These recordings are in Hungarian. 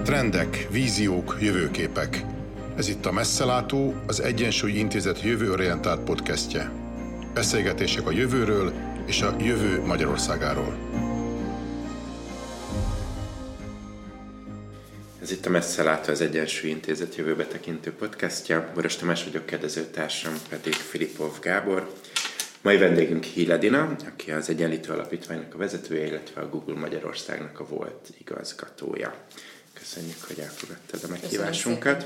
Trendek, víziók, jövőképek. Ez itt a Messzelátó, az Egyensúly Intézet jövőorientált podcastje. Beszélgetések a jövőről és a jövő Magyarországáról. Ez itt a Messzelátó, az Egyensúly Intézet jövőbe tekintő podcastja. Boros Tamás vagyok, kérdezőtársam pedig Filipov Gábor. Mai vendégünk Hill Edina, aki az Egyenlítő Alapítványnak a vezetője, illetve a Google Magyarországnak a volt igazgatója. Köszönjük, hogy elfogadtad a meghívásunkat.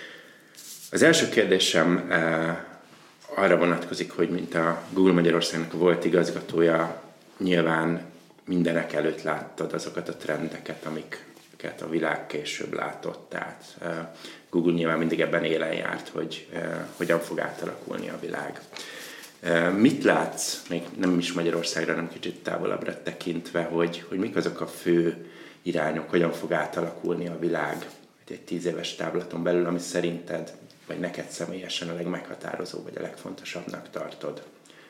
Az első kérdésem arra vonatkozik, hogy mint a Google Magyarországnak a volt igazgatója, nyilván mindenek előtt láttad azokat a trendeket, amiket a világ később látott. Tehát Google nyilván mindig ebben élen járt, hogy hogyan fog átalakulni a világ. Mit látsz, még nem is Magyarországra, hanem kicsit távolabbra tekintve, hogy mik azok a fő irányok, hogyan fog átalakulni a világ egy 10 éves távlaton belül, ami szerinted, vagy neked személyesen a legmeghatározóbb, vagy a legfontosabbnak tartod?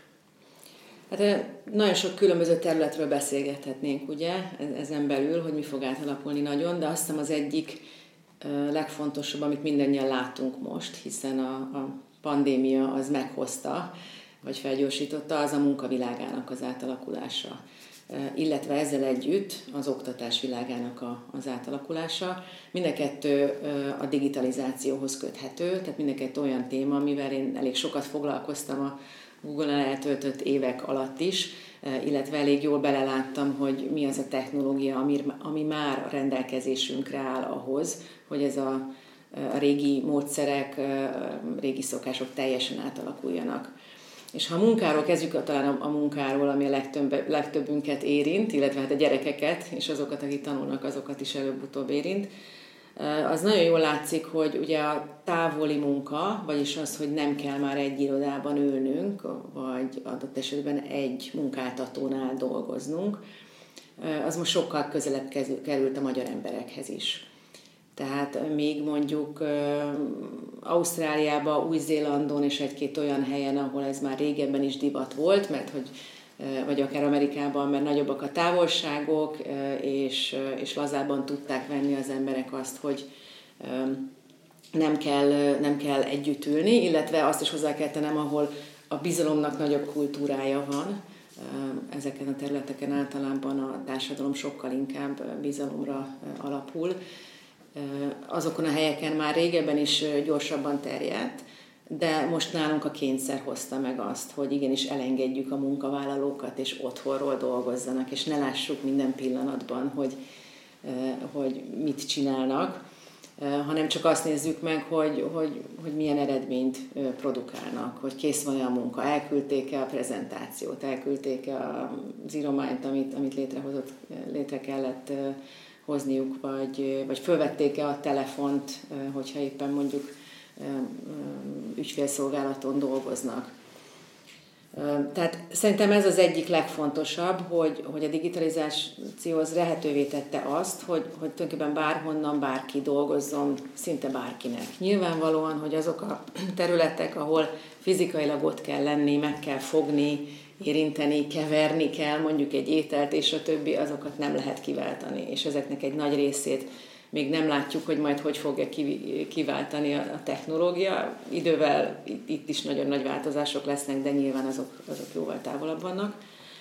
Hát nagyon sok különböző területről beszélgethetnénk, ugye, ezen belül, hogy mi fog átalakulni nagyon, de azt hiszem az egyik legfontosabb, amit mindannyian látunk most, hiszen a pandémia az meghozta, vagy felgyorsította, az a munkavilágának az átalakulása, illetve ezzel együtt az oktatás világának az átalakulása. Mind a kettő a digitalizációhoz köthető, tehát mind a kettő olyan téma, amivel én elég sokat foglalkoztam a Google-nál eltöltött évek alatt is, illetve elég jól beleláttam, hogy mi az a technológia, ami már a rendelkezésünkre áll ahhoz, hogy ez a régi módszerek, régi szokások teljesen átalakuljanak. És ha a munkáról kezdjük, talán a munkáról, ami a legtöbbünket érint, illetve hát a gyerekeket, és azokat, akik tanulnak, azokat is előbb-utóbb érint, az nagyon jól látszik, hogy ugye a távoli munka, vagyis az, hogy nem kell már egy irodában ülnünk, vagy adott esetben egy munkáltatónál dolgoznunk, az most sokkal közelebb került a magyar emberekhez is. Tehát még mondjuk Ausztráliában, Új-Zélandon és egy-két olyan helyen, ahol ez már régebben is divat volt, mert hogy, vagy akár Amerikában, mert nagyobbak a távolságok, és lazábban tudták venni az emberek azt, hogy nem kell együtt ülni, illetve azt is hozzá kell tennem, ahol a bizalomnak nagyobb kultúrája van. Ezeken a területeken általában a társadalom sokkal inkább bizalomra alapul. Azokon a helyeken már régebben is gyorsabban terjedt, de most nálunk a kényszer hozta meg azt, hogy igenis elengedjük a munkavállalókat, és otthonról dolgozzanak, és ne lássuk minden pillanatban, hogy mit csinálnak, hanem csak azt nézzük meg, hogy milyen eredményt produkálnak, hogy kész van-e a munka, elküldték-e a prezentációt, elküldték-e az írományt, amit létre kellett hozniuk, vagy fölvették-e a telefont, hogyha éppen mondjuk ügyfélszolgálaton dolgoznak. Tehát szerintem ez az egyik legfontosabb, hogy a digitalizáció az lehetővé tette azt, hogy tulajdonképpen bárhonnan bárki dolgozzon, szinte bárkinek. Nyilvánvalóan, hogy azok a területek, ahol fizikailag ott kell lenni, meg kell fogni, érinteni, keverni kell mondjuk egy ételt és a többi, azokat nem lehet kiváltani. És ezeknek egy nagy részét még nem látjuk, hogy majd hogy fogja kiváltani a technológia. Idővel itt is nagyon nagy változások lesznek, de nyilván azok jóval távolabb vannak.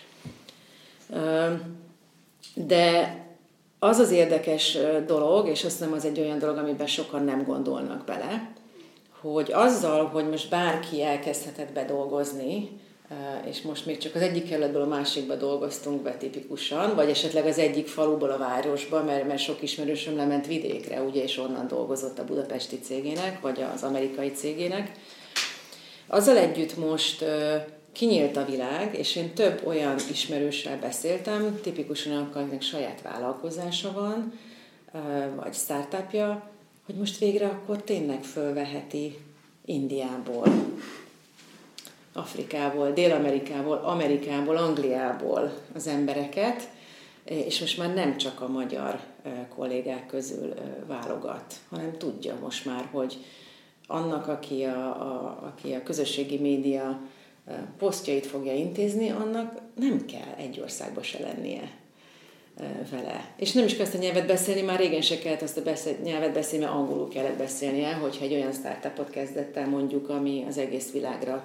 De az az érdekes dolog, és azt hiszem az egy olyan dolog, amiben sokan nem gondolnak bele, hogy azzal, hogy most bárki elkezdhetett bedolgozni, és most még csak az egyik kerületből a másikba dolgoztunk be tipikusan, vagy esetleg az egyik faluból a városba, mert sok ismerősöm lement vidékre, ugye, és onnan dolgozott a budapesti cégének, vagy az amerikai cégének. Azzal együtt most kinyílt a világ, és én több olyan ismerőssel beszéltem, tipikusan akinek saját vállalkozása van, vagy startupja, hogy most végre akkor tényleg fölveheti Indiából, Afrikából, Dél-Amerikából, Amerikából, Angliából az embereket, és most már nem csak a magyar kollégák közül válogat, hanem tudja most már, hogy annak, aki a közösségi média posztjait fogja intézni, annak nem kell egy országba se lennie. vele. És nem is kell azt a nyelvet beszélni, már régen se kellett azt a nyelvet beszélni, mert angolul kellett beszélnie, hogyha egy olyan startupot kezdett el mondjuk, ami az egész világra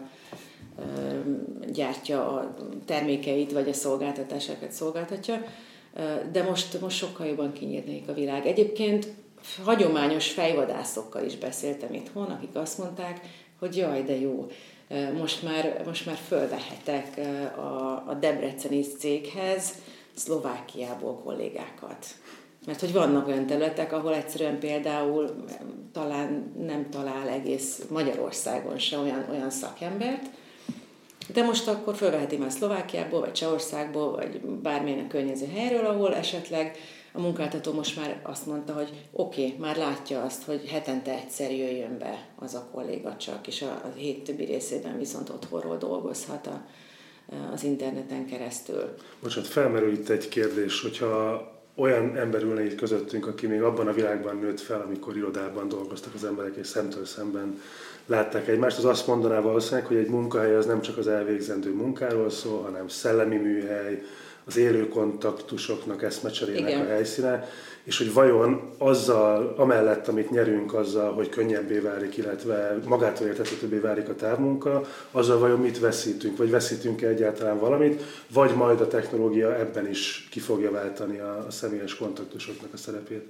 gyártja a termékeit, vagy a szolgáltatásokat szolgáltatja, de most sokkal jobban kinyílnék a világ. Egyébként hagyományos fejvadászokkal is beszéltem itthon, akik azt mondták, hogy jaj, de jó, most már fölvehetek a debreceni céghez Szlovákiából kollégákat. Mert hogy vannak olyan területek, ahol egyszerűen például nem talál egész Magyarországon se olyan szakembert, de most akkor fölveheti már Szlovákiából, vagy Csehországból, vagy bármilyen környező helyről, ahol esetleg a munkáltató most már azt mondta, hogy oké, már látja azt, hogy hetente egyszer jöjjön be az a kolléga csak, és a hét többi részében viszont otthonról dolgozhat az interneten keresztül. Bocsánat, felmerül itt egy kérdés, hogyha olyan ember ülne itt közöttünk, aki még abban a világban nőtt fel, amikor irodában dolgoztak az emberek, és szemtől szemben látták egymást, az azt mondaná valószínűleg, hogy egy munkahely az nem csak az elvégzendő munkáról szól, hanem szellemi műhely, az élő kontaktusoknak, eszmecserének Igen. a helyszíne, és hogy vajon azzal, amellett, amit nyerünk azzal, hogy könnyebbé válik, illetve magától értethetőbbé válik a távmunka, azzal vajon mit veszítünk, vagy veszítünk-e egyáltalán valamit, vagy majd a technológia ebben is ki fogja váltani a személyes kontaktusoknak a szerepét?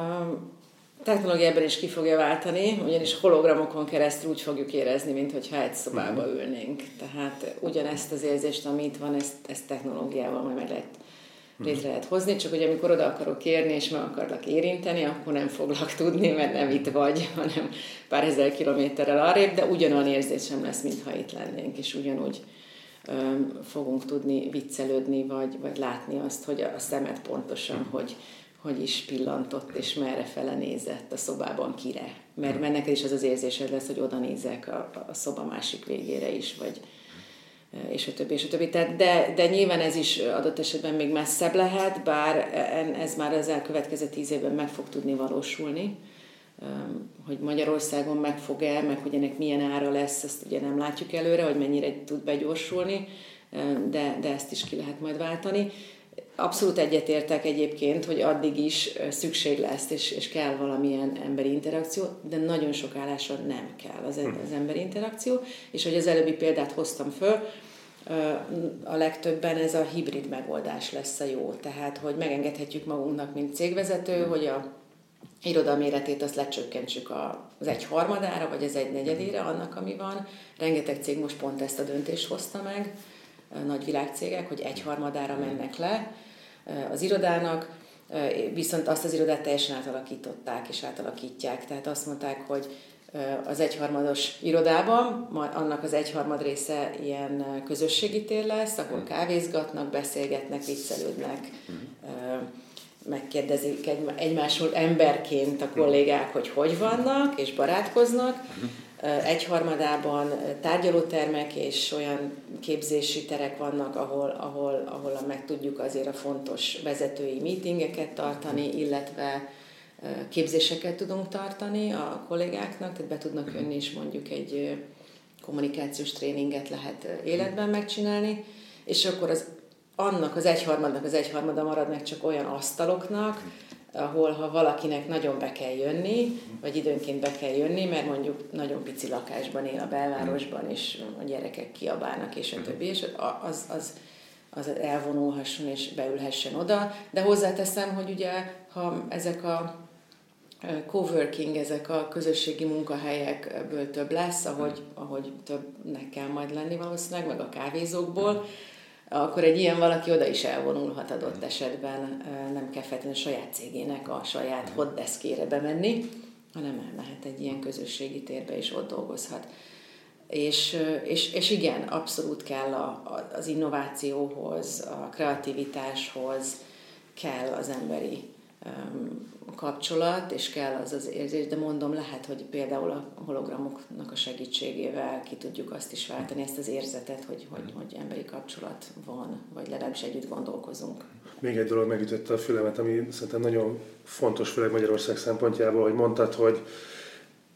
A technológia ebben is ki fogja váltani, ugyanis hologramokon keresztül úgy fogjuk érezni, mintha egy szobába ülnénk. Tehát ugyanezt az érzést, ami itt van, ezt technológiával majd meg létre lehet hozni, csak hogy amikor oda akarok érni, és meg akarlak érinteni, akkor nem foglak tudni, mert nem itt vagy, hanem pár ezer kilométerrel arrébb, de ugyanolyan érzésem lesz, mintha itt lennénk, és ugyanúgy fogunk tudni viccelődni, vagy látni azt, hogy a szemed pontosan, hogy is pillantott, és merre fele nézett a szobában, kire. Mert neked is az az érzésed lesz, hogy oda nézek a szoba másik végére is, vagy és a többi, és a többi. De nyilván ez is adott esetben még messzebb lehet, bár ez már az elkövetkező 10 évben meg fog tudni valósulni. Hogy Magyarországon meg fog-e, meg hogy ennek milyen ára lesz, ezt ugye nem látjuk előre, hogy mennyire tud begyorsulni, de ezt is ki lehet majd váltani. Abszolút egyetértek egyébként, hogy addig is szükség lesz, és kell valamilyen emberi interakció, de nagyon sok állásra nem kell az emberi interakció, és hogy az előbbi példát hoztam föl, a legtöbben ez a hibrid megoldás lesz a jó. Tehát, hogy megengedhetjük magunknak, mint cégvezető, hogy a iroda méretét azt lecsökkentsük az 1/3-ára, vagy az 1/4-ére annak, ami van. Rengeteg cég most pont ezt a döntést hozta meg, nagy világcégek, hogy 1/3-ára mennek le az irodának, viszont azt az irodát teljesen átalakították és átalakítják. Tehát azt mondták, hogy az 1/3-os irodában, annak az 1/3 része ilyen közösségi tér lesz, akkor kávézgatnak, beszélgetnek, viccelődnek, megkérdezik egymásról emberként a kollégák, hogy vannak, és barátkoznak. 1/3-ában tárgyalótermek és olyan képzési terek vannak, ahol meg tudjuk azért a fontos vezetői meetingeket tartani, illetve képzéseket tudunk tartani a kollégáknak, tehát be tudnak jönni, és mondjuk egy kommunikációs tréninget lehet életben megcsinálni, és akkor annak az 1/3 marad meg csak olyan asztaloknak, ahol ha valakinek nagyon be kell jönni, vagy időnként be kell jönni, mert mondjuk nagyon pici lakásban él a belvárosban, és a gyerekek kiabálnak, és a többi, és az elvonulhasson és beülhessen oda. De hozzáteszem, hogy ugye, ha ezek a coworking, ezek a közösségi munkahelyekből több lesz, ahogy többnek kell majd lenni valószínűleg, meg a kávézókból, akkor egy ilyen valaki oda is elvonulhat adott esetben, nem kell feltétlenül a saját cégének a saját hotdeskére bemenni, hanem elmehet egy ilyen közösségi térbe, és ott dolgozhat. És igen, abszolút kell az innovációhoz, a kreativitáshoz kell az emberi kapcsolat, és kell az érzés, de mondom, lehet, hogy például a hologramoknak a segítségével ki tudjuk azt is váltani, ezt az érzetet, hogy emberi kapcsolat van, vagy legalábbis együtt gondolkozunk. Még egy dolog megütötte a fülemet, ami szerintem nagyon fontos, főleg Magyarország szempontjából, hogy mondtad, hogy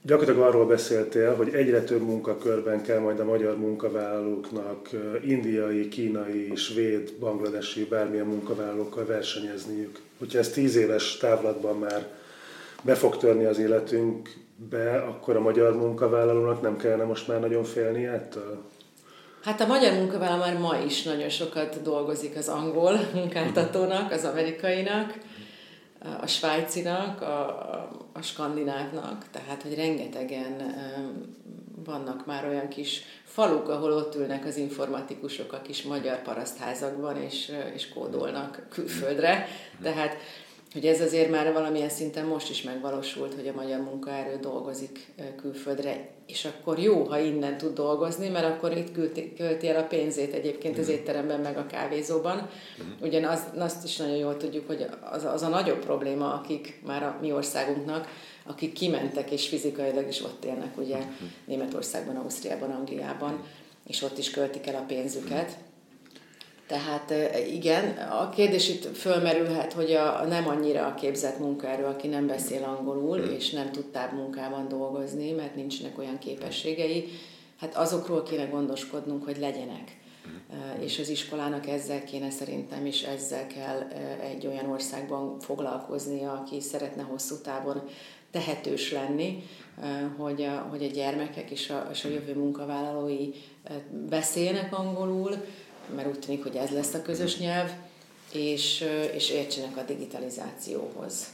Gyakorlatilag arról beszéltél, hogy egyre több munkakörben kell majd a magyar munkavállalóknak indiai, kínai, svéd, bangladesi, bármilyen munkavállalókkal versenyezniük. Hogyha ez 10 éves távlatban már be fog törni az életünkbe, akkor a magyar munkavállalónak nem kellene most már nagyon félni ettől? Hát a magyar munkavállaló már ma is nagyon sokat dolgozik az angol munkáltatónak, az amerikainak, a svájcinak, a skandinávnak, tehát hogy rengetegen vannak már olyan kis faluk, ahol ott ülnek az informatikusok a kis magyar parasztházakban, és kódolnak külföldre. Tehát, hogy ez azért már valamilyen szinten most is megvalósult, hogy a magyar munkaerő dolgozik külföldre, és akkor jó, ha innen tud dolgozni, mert akkor itt költi el a pénzét egyébként az étteremben, meg a kávézóban. Ugyan azt is nagyon jól tudjuk, hogy az a nagyobb probléma, akik már a mi országunknak, akik kimentek és fizikailag is ott élnek, ugye Németországban, Ausztriában, Angliában, és ott is költik el a pénzüket. Tehát igen, a kérdés itt fölmerülhet, hogy nem annyira a képzett munkaerő, aki nem beszél angolul, és nem tud távmunkában dolgozni, mert nincsenek olyan képességei, hát azokról kéne gondoskodnunk, hogy legyenek. És az iskolának ezzel kéne szerintem, és ezzel kell egy olyan országban foglalkoznia, aki szeretne hosszú távon tehetős lenni, hogy a gyermekek és a jövő munkavállalói beszéljenek angolul, mert úgy tűnik, hogy ez lesz a közös nyelv, és értsenek a digitalizációhoz.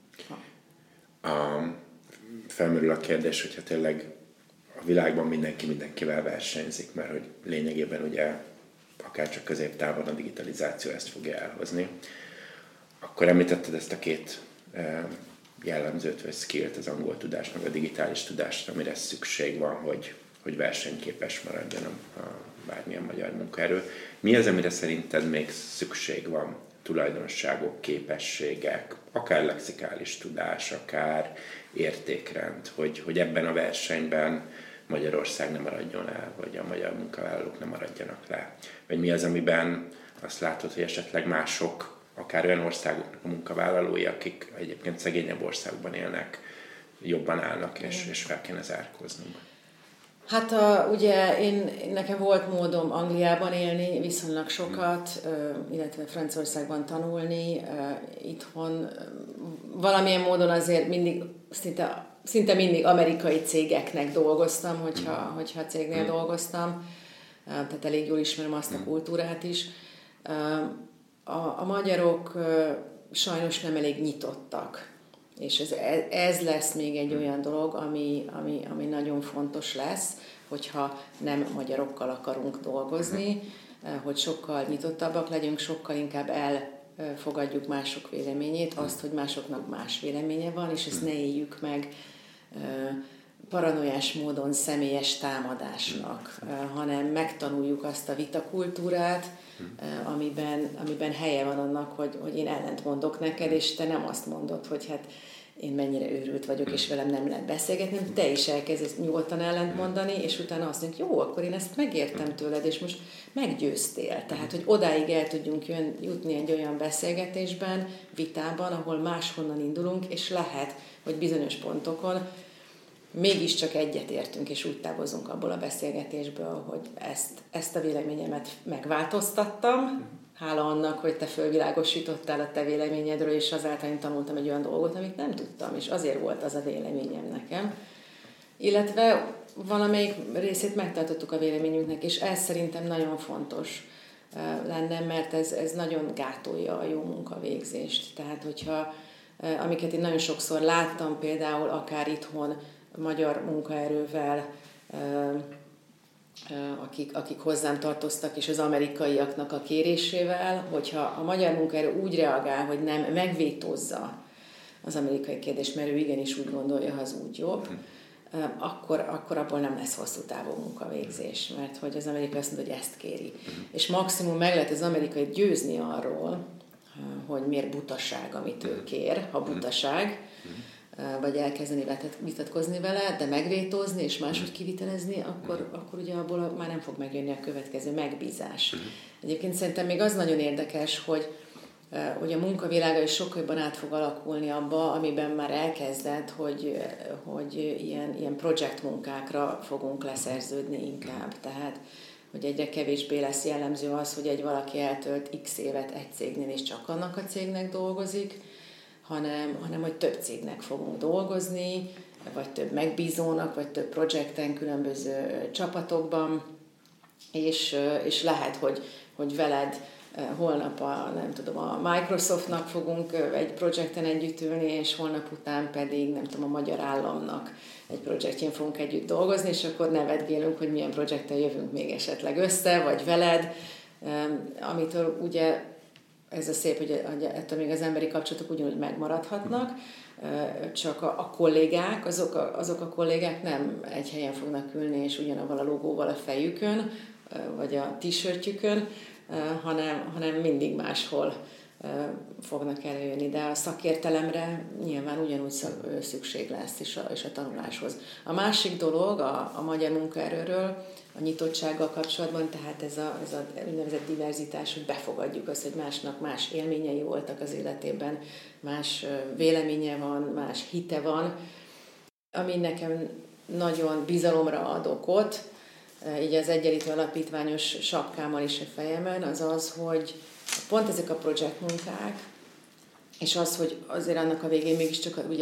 Felmerül a kérdés, hogyha tényleg a világban mindenkivel versenyzik, mert hogy lényegében ugye akár csak középtávon a digitalizáció ezt fogja elhozni. Akkor említetted ezt a két jellemzőt, vagy skillt, az angol tudás, meg a digitális tudásra, amire szükség van, hogy versenyképes maradjon a bármilyen magyar munkaerő. Mi az, amire szerinted még szükség van? Tulajdonságok, képességek, akár lexikális tudás, akár értékrend, hogy ebben a versenyben Magyarország nem maradjon el, vagy a magyar munkavállalók nem maradjanak le. Vagy mi az, amiben azt látod, hogy esetleg mások, akár olyan országoknak a munkavállalói, akik egyébként szegényebb országban élnek, jobban állnak, és fel kéne zárkóznunk. Hát ugye nekem volt módom Angliában élni viszonylag sokat, illetve Franciaországban tanulni, itthon valamilyen módon azért mindig, szinte mindig amerikai cégeknek dolgoztam, hogyha cégnél dolgoztam, tehát elég jól ismerem azt a kultúrát is. A magyarok sajnos nem elég nyitottak. És ez lesz még egy olyan dolog, ami nagyon fontos lesz, hogyha nem magyarokkal akarunk dolgozni, hogy sokkal nyitottabbak legyünk, sokkal inkább elfogadjuk mások véleményét, azt, hogy másoknak más véleménye van, és ezt ne éljük meg paranoiás módon személyes támadásnak, hanem megtanuljuk azt a vitakultúrát, amiben helye van annak, hogy én ellent mondok neked, és te nem azt mondod, hogy hát én mennyire őrült vagyok, és velem nem lehet beszélgetni, te is elkezdesz nyugodtan ellent mondani, és utána azt mondjuk, jó, akkor én ezt megértem tőled, és most meggyőztél. Tehát, hogy odáig el tudjunk jutni egy olyan beszélgetésben, vitában, ahol máshonnan indulunk, és lehet, hogy bizonyos pontokon mégiscsak egyetértünk, és úgy távozunk abból a beszélgetésből, hogy ezt a véleményemet megváltoztattam, hála annak, hogy te fölvilágosítottál a te véleményedről, és azáltal én tanultam egy olyan dolgot, amit nem tudtam, és azért volt az a véleményem nekem. Illetve valamelyik részét megtartottuk a véleményünknek, és ez szerintem nagyon fontos lenne, mert ez nagyon gátolja a jó munkavégzést. Tehát, hogyha, amiket én nagyon sokszor láttam, például akár itthon magyar munkaerővel, akik hozzám tartoztak, és az amerikaiaknak a kérésével, hogyha a magyar munkaerő úgy reagál, hogy nem megvétózza az amerikai kérdést, mert ő igenis úgy gondolja, ha az úgy jobb, akkor abból nem lesz hosszú távú munkavégzés, mert hogy az amerikai azt mondja, hogy ezt kéri. És maximum meg lehet az amerikai győzni arról, hogy miért butaság, amit ő kér, ha butaság, vagy elkezdeni vitatkozni vele, de megvétózni és máshogy kivitelezni, akkor ugye abból már nem fog megjönni a következő megbízás. Egyébként szerintem még az nagyon érdekes, hogy hogy a munkavilága is sokkal jobban át fog alakulni abba, amiben már elkezdett, hogy ilyen projektmunkákra fogunk leszerződni inkább. Tehát, hogy egyre kevésbé lesz jellemző az, hogy valaki eltölt x évet egy cégnél, és csak annak a cégnek dolgozik, hanem hogy több cégnek fogunk dolgozni, vagy több megbízónak, vagy több projekten, különböző csapatokban, és lehet, hogy veled holnap a Microsoftnak fogunk egy projekten együtt ülni, és holnap után pedig, a Magyar Államnak egy projektjén fogunk együtt dolgozni, és akkor nevetgélünk, hogy milyen projekten jövünk még esetleg össze, vagy veled, amitől ugye ez a szép, hogy ettől még az emberi kapcsolatok ugyanúgy megmaradhatnak, csak a kollégák, azok a kollégák nem egy helyen fognak ülni, és ugyanavval a logóval a fejükön, vagy a t-shirtjükön, hanem mindig máshol fognak előjönni, de a szakértelemre nyilván ugyanúgy szükség lesz is a tanuláshoz. A másik dolog a magyar munkaerőről, a nyitottsággal kapcsolatban, tehát ez a úgynevezett diverzitás, hogy befogadjuk azt, hogy másnak más élményei voltak az életében, más véleménye van, más hite van, ami nekem nagyon bizalomra ad okot, így az Egyenlítő Alapítványos sapkámmal is a fejemen, az, hogy pont ezek a projektmunkák, és az, hogy azért annak a végén mégiscsak ugye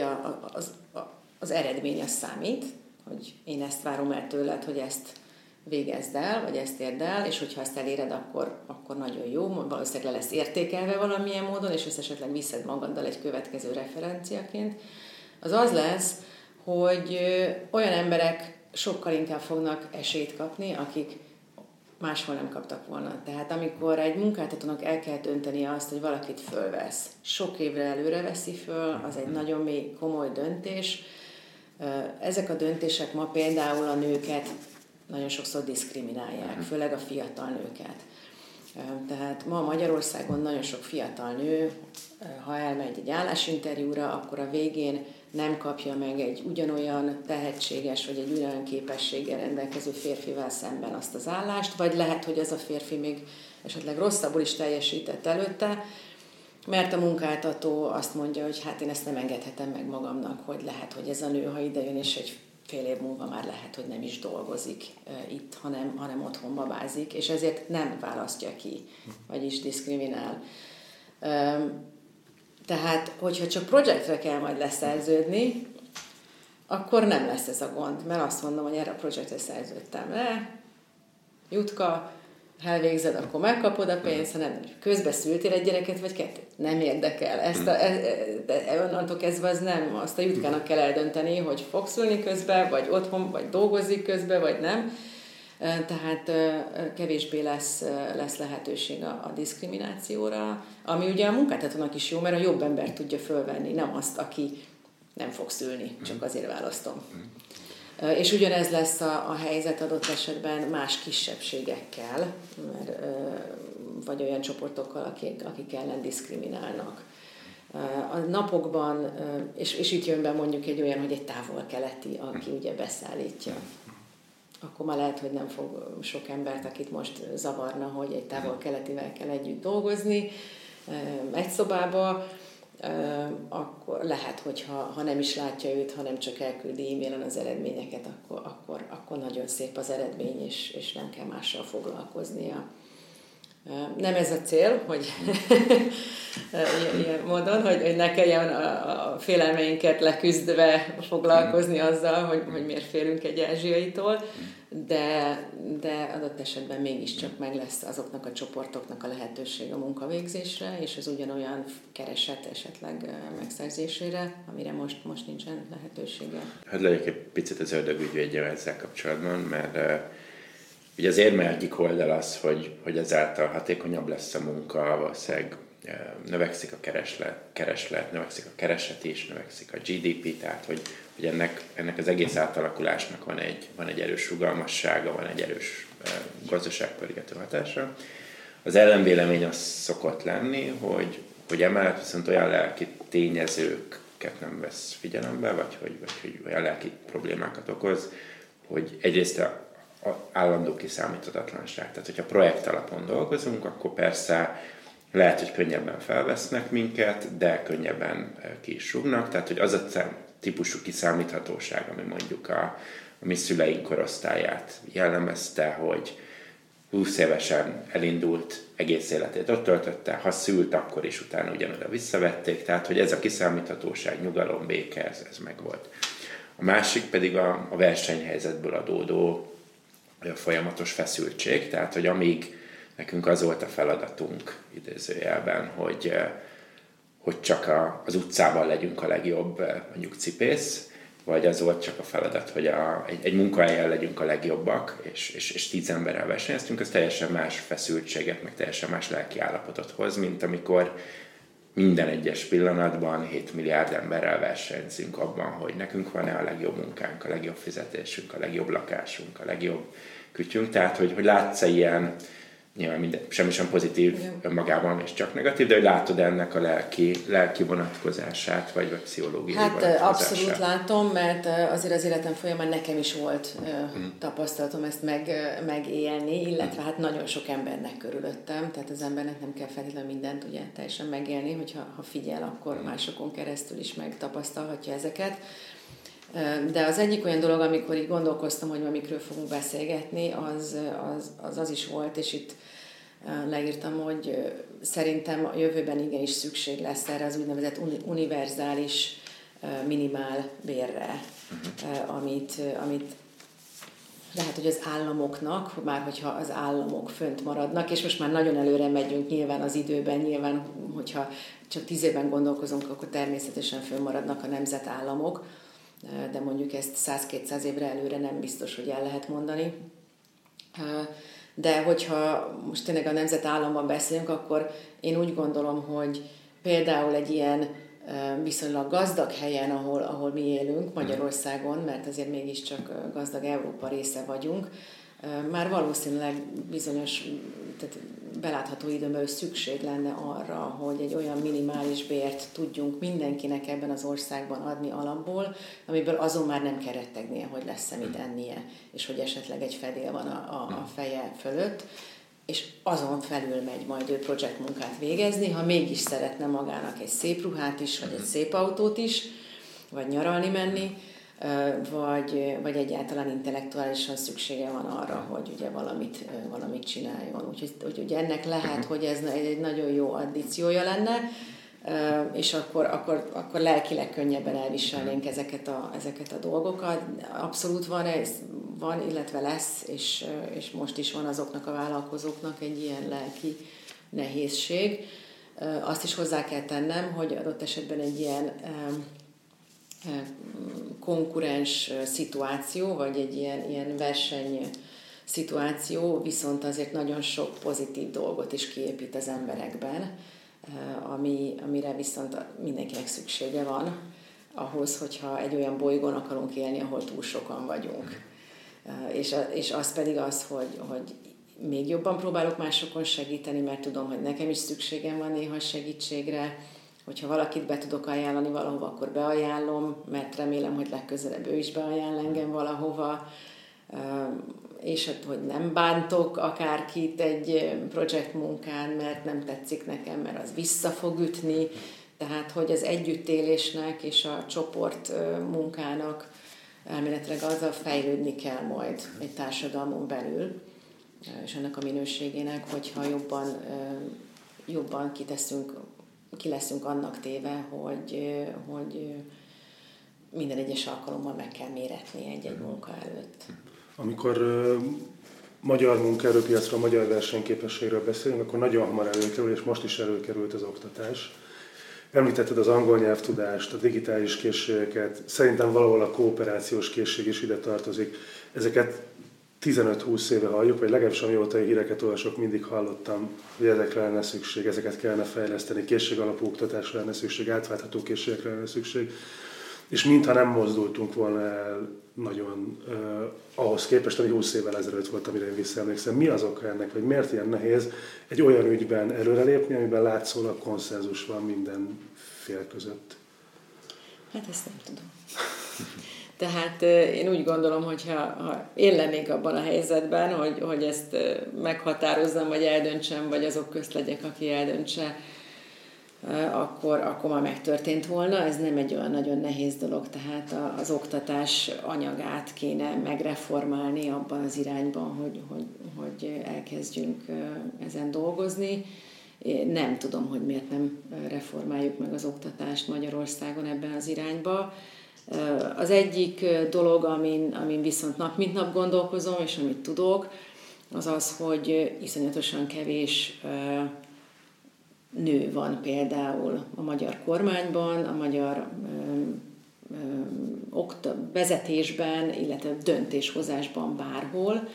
az eredmény az számít, hogy én ezt várom el tőled, hogy ezt végezd el, vagy ezt érd el, és hogyha ezt eléred, akkor nagyon jó, valószínűleg le lesz értékelve valamilyen módon, és ezt esetleg viszed magaddal egy következő referenciaként. Az lesz, hogy olyan emberek sokkal inkább fognak esélyt kapni, akik máshol nem kaptak volna. Tehát amikor egy munkáltatónak el kell dönteni azt, hogy valakit fölvesz, sok évre előre veszi föl, az egy nagyon mély, komoly döntés. Ezek a döntések ma például a nőket nagyon sokszor diszkriminálják, főleg a fiatal nőket. Tehát ma Magyarországon nagyon sok fiatal nő, ha elmegy egy állásinterjúra, akkor a végén nem kapja meg egy ugyanolyan tehetséges, vagy egy ugyanolyan képességgel rendelkező férfivel szemben azt az állást, vagy lehet, hogy ez a férfi még esetleg rosszabbul is teljesített előtte, mert a munkáltató azt mondja, hogy hát én ezt nem engedhetem meg magamnak, hogy lehet, hogy ez a nő, ha idejön, és egy fél év múlva már lehet, hogy nem is dolgozik itt, hanem otthon babázik, és ezért nem választja ki, vagyis diszkriminál. Tehát, hogyha csak projektre kell majd leszerződni, akkor nem lesz ez a gond, mert azt mondom, hogy erre a projektre szerződtem le, Jutka, ha elvégzed, akkor megkapod a pénzt, ha nem, közbe szültél egy gyereket, vagy kettőt, nem érdekel. Onnantól kezdve az nem, azt a Jutkának kell eldönteni, hogy fog szülni közbe, vagy otthon, vagy dolgozik közbe, vagy nem. Tehát kevésbé lesz lehetőség a diszkriminációra, ami ugye a munkáltatónak is jó, mert a jobb ember tudja fölvenni, nem azt, aki nem fog szülni, csak azért választom. És ugyanez lesz a helyzet adott esetben más kisebbségekkel, vagy olyan csoportokkal, akik ellen diszkriminálnak. A napokban, és itt jön be mondjuk egy olyan, hogy egy távol-keleti, aki ugye beszállítja. Akkor már lehet, hogy nem fog sok embert, akit most zavarna, hogy egy távol-keletivel kell együtt dolgozni egy szobába, akkor lehet, hogy ha nem is látja őt, hanem csak elküldi e-mailen az eredményeket, akkor nagyon szép az eredmény, és nem kell mással foglalkoznia. Nem ez a cél, hogy ilyen módon, hogy ne kelljen a félelmeinket leküzdve foglalkozni azzal, hogy miért félünk egy ázsiaitól, de adott esetben mégiscsak meg lesz azoknak a csoportoknak a lehetőség a munkavégzésre, és az ugyanolyan kereset esetleg megszerzésére, amire most nincsen lehetősége. Hát legyek egy picit az ördögügyvédje ezzel kapcsolatban, mert ugye az érme egyik oldal az, hogy ezáltal hatékonyabb lesz a munka, valószínűleg növekszik a kereslet, növekszik a kereset is, növekszik a GDP, tehát hogy ennek az egész átalakulásnak van egy erős rugalmassága, van egy erős gazdaságpörgető hatása. Az ellenvélemény az szokott lenni, hogy emellett viszont olyan lelki tényezőket nem vesz figyelembe, vagy hogy olyan lelki problémákat okoz, hogy egyrészt állandó kiszámíthatatlanság. Tehát, hogyha projekt alapon dolgozunk, akkor persze Lehet, hogy könnyebben felvesznek minket, de könnyebben ki is rúgnak. Tehát, hogy az a típusú kiszámíthatóság, ami mondjuk a mi szüleink korosztályát jellemezte, hogy 20 évesen elindult, egész életét ott töltötte, ha szült, akkor is utána ugyanoda visszavették, tehát hogy ez a kiszámíthatóság, nyugalom, béke, ez megvolt. A másik pedig a versenyhelyzetből adódó folyamatos feszültség, tehát hogy amíg nekünk az volt a feladatunk idézőjelben, hogy csak az utcában legyünk a legjobb mondjuk cipész, vagy az volt csak a feladat, hogy egy munkahelyen legyünk a legjobbak, és 10 emberrel versenyeztünk, az teljesen más feszültséget, meg teljesen más lelki állapotot hoz, mint amikor minden egyes pillanatban 7 milliárd emberrel versenyzünk abban, hogy nekünk van-e a legjobb munkánk, a legjobb fizetésünk, a legjobb lakásunk, a legjobb kütyünk. Tehát, hogy látsz-e ilyen, nyilván minden, semmi sem pozitív önmagában, és csak negatív, de hogy látod ennek a lelki vonatkozását, vagy a pszichológiai vonatkozását? Abszolút látom, mert azért az életem folyamán nekem is volt tapasztalatom ezt megélni, illetve hát nagyon sok embernek körülöttem, tehát az embernek nem kell feltétlenül mindent ugye teljesen megélni, hogyha figyel, akkor másokon keresztül is megtapasztalhatja ezeket. De az egyik olyan dolog, amikor így gondolkoztam, hogy amikről fogunk beszélgetni, az is volt, és itt leírtam, hogy szerintem a jövőben igenis szükség lesz erre az úgynevezett univerzális minimál bérre, amit lehet, hogy az államoknak, már hogyha az államok fönt maradnak, és most már nagyon előre megyünk nyilván az időben, nyilván, hogyha csak 10 évben gondolkozunk, akkor természetesen fönnmaradnak a nemzetállamok, de mondjuk ezt 100-200 évre előre nem biztos, hogy el lehet mondani. De hogyha most tényleg a nemzetállamban beszélünk, akkor én úgy gondolom, hogy például egy ilyen viszonylag gazdag helyen, ahol mi élünk, Magyarországon, mert azért mégiscsak gazdag Európa része vagyunk, már valószínűleg bizonyos, tehát belátható időn belül szükség lenne arra, hogy egy olyan minimális bért tudjunk mindenkinek ebben az országban adni alapból, amiből azon már nem kell rettegnie, hogy lesz-e mit ennie, és hogy esetleg egy fedél van a feje fölött, és azon felül megy majd ő projektmunkát végezni, ha mégis szeretne magának egy szép ruhát is, vagy egy szép autót is, vagy nyaralni menni, vagy egyáltalán intellektuálisan szüksége van arra, hogy ugye valamit csináljon. Úgyhogy ugye ennek lehet, hogy ez egy nagyon jó addíciója lenne, és akkor lelkileg könnyebben elviselnénk ezeket a dolgokat. Abszolút van, illetve lesz, és most is van azoknak a vállalkozóknak egy ilyen lelki nehézség. Azt is hozzá kell tennem, hogy adott esetben egy ilyen konkurens szituáció, vagy egy ilyen verseny szituáció, viszont azért nagyon sok pozitív dolgot is kiépít az emberekben, amire viszont mindenkinek szüksége van, ahhoz, hogyha egy olyan bolygón akarunk élni, ahol túl sokan vagyunk. És az pedig az, hogy még jobban próbálok másokon segíteni, mert tudom, hogy nekem is szükségem van néha segítségre, hogyha valakit be tudok ajánlani valahova, akkor beajánlom, mert remélem, hogy legközelebb ő is beajánl engem valahova, és hogy nem bántok akárkit egy projektmunkán, mert nem tetszik nekem, mert az vissza fog ütni, tehát hogy az együttélésnek és a csoport munkának elméletileg azzal fejlődni kell majd egy társadalmon belül, és ennek a minőségének, hogyha jobban ki leszünk annak téve, hogy minden egyes alkalommal meg kell méretni egy munka előtt. Amikor magyar munkaerőpiacról, magyar versenyképességről beszélünk, akkor nagyon hamar előkerül, és most is előkerült az oktatás. Említetted az angol nyelvtudást, a digitális készségeket, szerintem valahol a kooperációs készség is ide tartozik. Ezeket 15-20 éve halljuk, vagy legalábbis amióta híreket olvasok, mindig hallottam, hogy ezekre lenne szükség, ezeket kellene fejleszteni, készségalapú oktatásra lenne szükség, átváltható készségekre lenne szükség. És mintha nem mozdultunk volna el nagyon ahhoz képest, ami 20 évvel ezelőtt volt, amire én visszaemlékszem. Mi az oka ennek, vagy miért ilyen nehéz egy olyan ügyben előrelépni, amiben látszólag konszenzus van minden fél között? Hát ezt nem tudom. Tehát én úgy gondolom, hogy ha én lennék abban a helyzetben, hogy ezt meghatározzam, vagy eldöntsem, vagy azok közt legyek, aki eldöntse, akkor már megtörtént volna. Ez nem egy olyan nagyon nehéz dolog, tehát az oktatás anyagát kéne megreformálni abban az irányban, hogy elkezdjünk ezen dolgozni. Én nem tudom, hogy miért nem reformáljuk meg az oktatást Magyarországon ebben az irányba. Az egyik dolog, amin viszont nap mint nap gondolkozom, és amit tudok, az az, hogy iszonyatosan kevés nő van például a magyar kormányban, a magyar vezetésben, illetve döntéshozásban bárhol,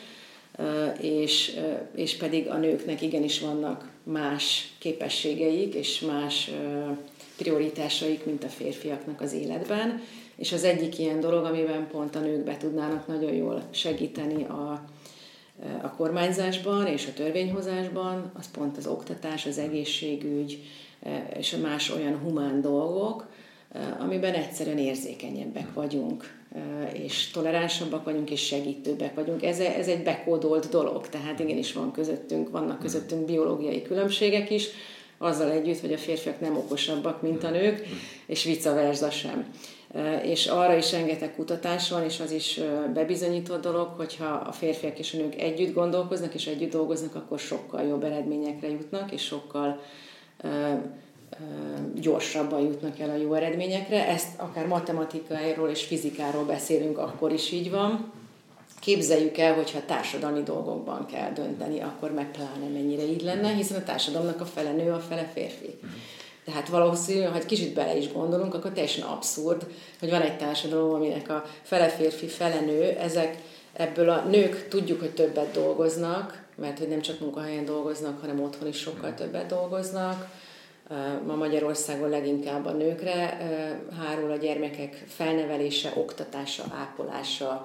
és pedig a nőknek igenis vannak más képességeik és más prioritásaik, mint a férfiaknak az életben. És az egyik ilyen dolog, amiben pont a nők be tudnának nagyon jól segíteni a kormányzásban és a törvényhozásban, az pont az oktatás, az egészségügy és a más olyan humán dolgok, amiben egyszerűen érzékenyebbek vagyunk, és toleránsabbak vagyunk, és segítőbbek vagyunk. Ez egy bekódolt dolog, tehát igenis vannak közöttünk biológiai különbségek is, azzal együtt, hogy a férfiak nem okosabbak, mint a nők, és vice versa sem. És arra is rengeteg kutatás van, és az is bebizonyított dolog, hogyha a férfiak és a nők együtt gondolkoznak, és együtt dolgoznak, akkor sokkal jobb eredményekre jutnak, és sokkal gyorsabban jutnak el a jó eredményekre. Ezt akár matematikáról és fizikáról beszélünk, akkor is így van. Képzeljük el, hogyha társadalmi dolgokban kell dönteni, akkor meg pláne mennyire így lenne, hiszen a társadalomnak a fele nő, a fele férfi. Tehát valószínű, ha egy kicsit bele is gondolunk, akkor teljesen abszurd, hogy van egy társadalom, aminek a fele férfi, fele nő, ebből a nők tudjuk, hogy többet dolgoznak, mert hogy nem csak munkahelyen dolgoznak, hanem otthon is sokkal többet dolgoznak. Ma Magyarországon leginkább a nőkre hárul a gyermekek felnevelése, oktatása, ápolása,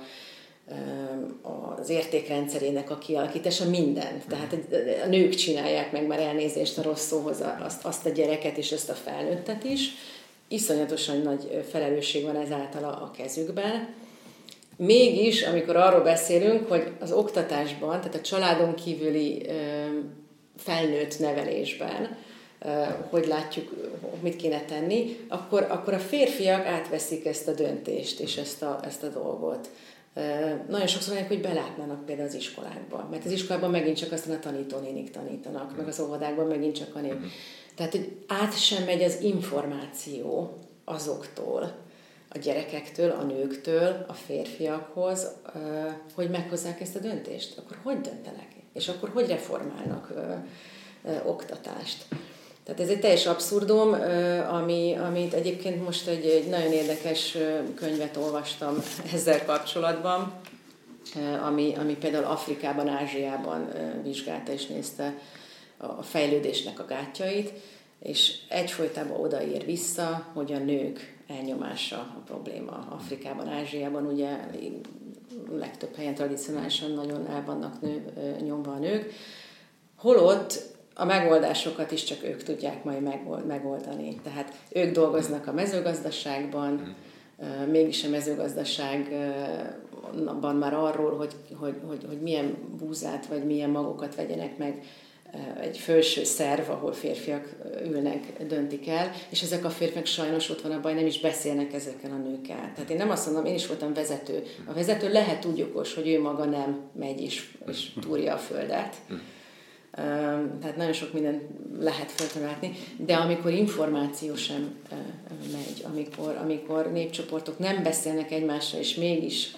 az értékrendszerének a kialakítása, mindent. Tehát a nők csinálják meg, már elnézést a rossz szóhoz, azt a gyereket és ezt a felnőttet is. Iszonyatosan nagy felelősség van ezáltal a kezükben. Mégis, amikor arról beszélünk, hogy az oktatásban, tehát a családon kívüli felnőtt nevelésben, hogy látjuk, mit kéne tenni, akkor a férfiak átveszik ezt a döntést és ezt a dolgot. Nagyon sokszor mondják, hogy belátnának például az iskolákba, mert az iskolában megint csak aztán a tanítónénik tanítanak, meg az óvodákban megint csak a nők. Tehát, hogy át sem megy az információ azoktól, a gyerekektől, a nőktől, a férfiakhoz, hogy meghozzák ezt a döntést. Akkor hogy döntenek? És akkor hogy reformálnak oktatást? Tehát ez egy teljes abszurdum, amit egyébként most egy nagyon érdekes könyvet olvastam ezzel kapcsolatban, ami például Afrikában, Ázsiában vizsgálta és nézte a fejlődésnek a gátjait, és egyfolytában odaér vissza, hogy a nők elnyomása a probléma. Afrikában, Ázsiában ugye legtöbb helyen tradicionálisan nagyon el vannak nyomva a nők, holott a megoldásokat is csak ők tudják majd megoldani. Tehát ők dolgoznak a mezőgazdaságban, mégis a mezőgazdaságban már arról, hogy milyen búzát vagy milyen magokat vegyenek meg egy felső szerv, ahol férfiak ülnek, döntik el, és ezek a férfiak sajnos ott van a baj, nem is beszélnek ezekkel a nőkkel. Tehát én nem azt mondom, én is voltam vezető. A vezető lehet úgy okos, hogy ő maga nem megy és túrja a földet. Tehát nagyon sok mindent lehet feltalálni, de amikor információ sem megy, amikor népcsoportok nem beszélnek egymással, és mégis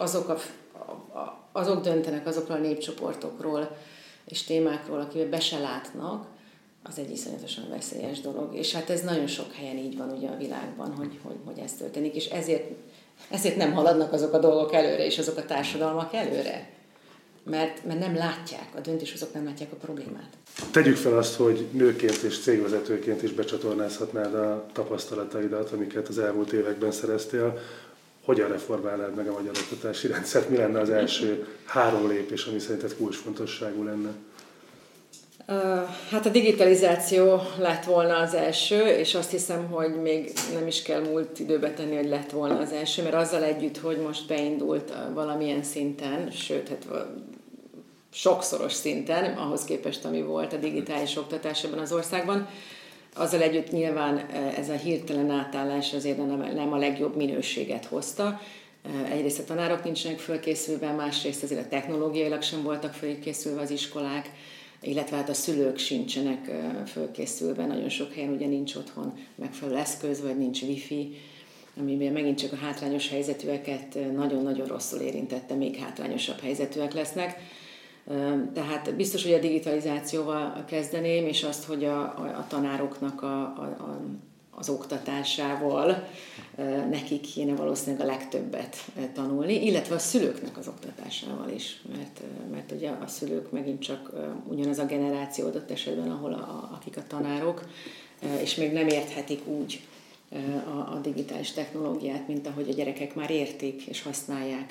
azok döntenek azokról a népcsoportokról és témákról, akivel be se látnak, az egy iszonyatosan veszélyes dolog. És hát ez nagyon sok helyen így van ugye a világban, hogy ez történik, és ezért nem haladnak azok a dolgok előre, és azok a társadalmak előre. Mert nem látják, a döntéshozók nem látják a problémát. Tegyük fel azt, hogy nőként és cégvezetőként is becsatornázhatnád a tapasztalataidat, amiket az elmúlt években szereztél. Hogyan reformálnád meg a magyar oktatási rendszert? Mi lenne az első 3 lépés, ami szerinted kulcsfontosságú lenne? Hát a digitalizáció lett volna az első, és azt hiszem, hogy még nem is kell múlt időbe tenni, hogy lett volna az első, mert azzal együtt, hogy most beindult valamilyen szinten, sőt, hát sokszoros szinten, ahhoz képest, ami volt a digitális oktatás ebben az országban, azzal együtt nyilván ez a hirtelen átállás azért nem a legjobb minőséget hozta. Egyrészt a tanárok nincsenek fölkészülve, másrészt azért a technológiailag sem voltak fölkészülve az iskolák, illetve hát a szülők sincsenek fölkészülve, nagyon sok helyen ugye nincs otthon megfelelő eszköz, vagy nincs wifi, amiben megint csak a hátrányos helyzetűeket nagyon-nagyon rosszul érintette, még hátrányosabb helyzetűek lesznek. Tehát biztos, hogy a digitalizációval kezdeném, és azt, hogy a tanároknak az oktatásával nekik kéne valószínűleg a legtöbbet tanulni, illetve a szülőknek az oktatásával is, mert ugye a szülők megint csak ugyanaz a generáció adott esetben, akik a tanárok, és még nem érthetik úgy a digitális technológiát, mint ahogy a gyerekek már értik és használják.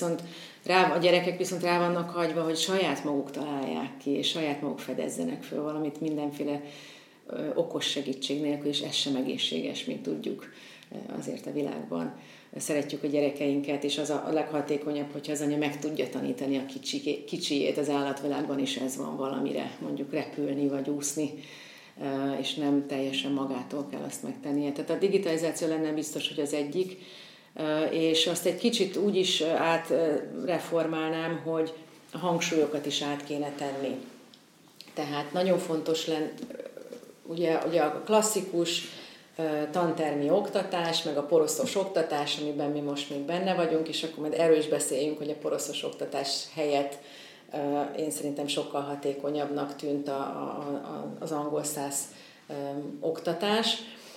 A gyerekek viszont rá vannak hagyva, hogy saját maguk találják ki, és saját maguk fedezzenek föl valamit mindenféle okos segítség nélkül, és ez sem egészséges, mint tudjuk azért a világban. Szeretjük a gyerekeinket, és az a leghatékonyabb, hogyha az anya meg tudja tanítani a kicsiét az állatvilágban, és ez van valamire, mondjuk repülni vagy úszni, és nem teljesen magától kell azt megtennie. Tehát a digitalizáció lenne biztos, hogy az egyik, és azt egy kicsit úgy is átreformálnám, hogy a hangsúlyokat is át kéne tenni. Tehát nagyon fontos lenne, ugye a klasszikus tantermi oktatás, meg a poroszos oktatás, amiben mi most még benne vagyunk, és akkor majd erről is beszéljünk, hogy a poroszos oktatás helyett én szerintem sokkal hatékonyabbnak tűnt az angol száz oktatás,